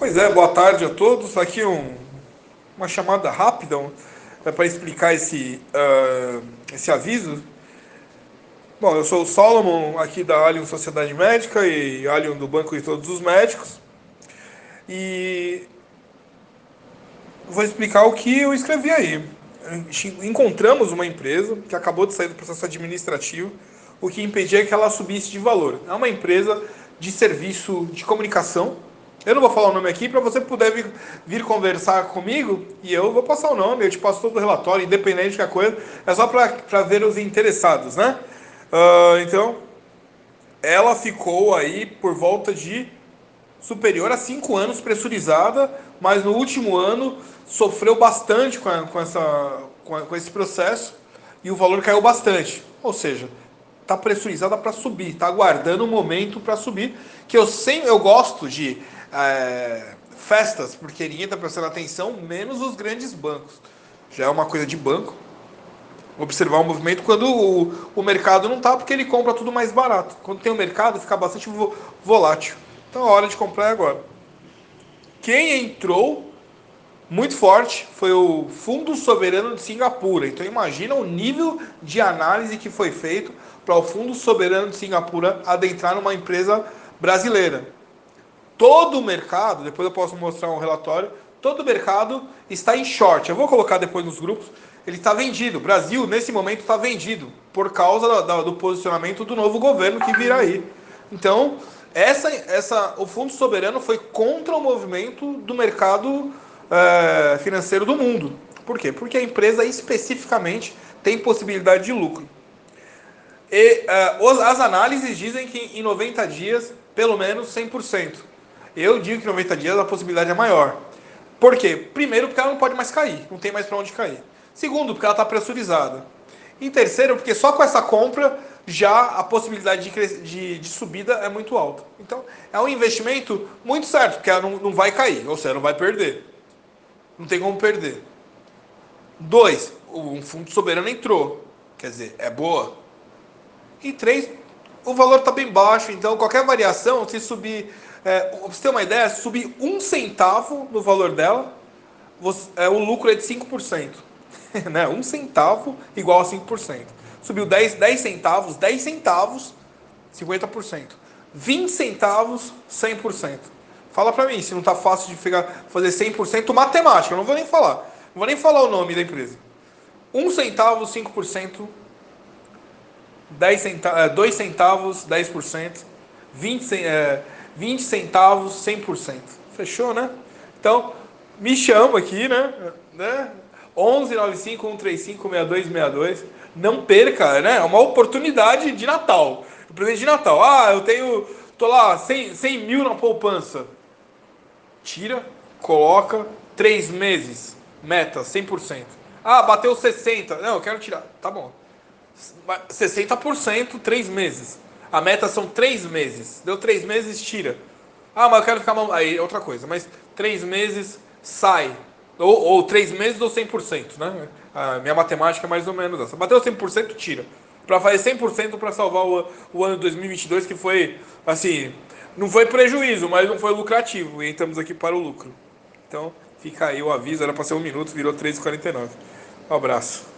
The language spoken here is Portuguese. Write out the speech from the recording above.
Pois é, boa tarde a todos. Aqui uma chamada rápida para explicar esse aviso. Bom, eu sou o Solomon, aqui da Allium Sociedade Médica e Allium do Banco de Todos os Médicos. E vou explicar o que eu escrevi aí. Encontramos uma empresa que acabou de sair do processo administrativo, o que impedia que ela subisse de valor. É uma empresa de serviço de comunicação. Eu não vou falar o nome aqui para você poder vir conversar comigo e eu vou passar o nome, eu te passo todo o relatório, independente de qualquer coisa, é só para ver os interessados, né? Então, ela ficou aí por volta de superior a 5 anos pressurizada, mas no último ano sofreu bastante com esse processo e o valor caiu bastante. Ou seja, está pressurizada para subir, está aguardando o momento para subir. Que eu gosto de festas, porque ninguém está prestando atenção, menos os grandes bancos. Já é uma coisa de banco. Observar o movimento quando o mercado não está, porque ele compra tudo mais barato. Quando tem o mercado, fica bastante volátil. Então a hora de comprar é agora. Quem entrou muito forte foi o Fundo Soberano de Singapura. Então imagina o nível de análise que foi feito para o Fundo Soberano de Singapura adentrar numa empresa brasileira. Todo o mercado, depois eu posso mostrar um relatório, todo o mercado está em short. Eu vou colocar depois nos grupos. Ele está vendido. O Brasil, nesse momento, está vendido por causa do posicionamento do novo governo que virá aí. Então, o Fundo Soberano foi contra o movimento do mercado financeiro do mundo. Por quê? Porque a empresa especificamente tem possibilidade de lucro. E as análises dizem que em 90 dias, pelo menos 100%. Eu digo que em 90 dias a possibilidade é maior. Por quê? Primeiro, porque ela não pode mais cair, não tem mais para onde cair. Segundo, porque ela está pressurizada. E terceiro, porque só com essa compra já a possibilidade de subida é muito alta. Então, é um investimento muito certo, porque ela não vai cair, ou seja, não vai perder. Não tem como perder. Dois, um fundo soberano entrou. Quer dizer, é boa. E três, o valor está bem baixo, então qualquer variação, se subir. Pra você ter uma ideia, se subir 1 centavo no valor dela, o lucro é de 5%. Né? 1 centavo igual a 5%. Subiu 10 centavos, 10 centavos, 50%. 20 centavos, 100%. Fala pra mim, se não tá fácil de fazer 100% matemática, eu não vou nem falar. Não vou nem falar o nome da empresa. 1 centavo, 5%. 2 centavos, 10%. 20 centavos, 100%. Fechou, né? Então, me chama aqui, né? 11 95 135 6262. Não perca, né? É uma oportunidade de Natal. Presente de Natal. Tô lá, 100 mil na poupança. Tira, coloca, 3 meses. Meta, 100%. Ah, bateu 60. Não, eu quero tirar. Tá bom. 60%, 3 meses. A meta são 3 meses. Deu 3 meses, tira. Ah, mas eu quero ficar... Aí é outra coisa. Mas 3 meses, sai. Ou 3 meses ou 100%, né? A minha matemática é mais ou menos essa. Bateu 100%, tira. Para fazer 100% para salvar o ano de 2022, que foi, assim... Não foi prejuízo, mas não foi lucrativo. E estamos aqui para o lucro. Então, fica aí o aviso. Era para ser 1 minuto, virou 3h49. Um abraço.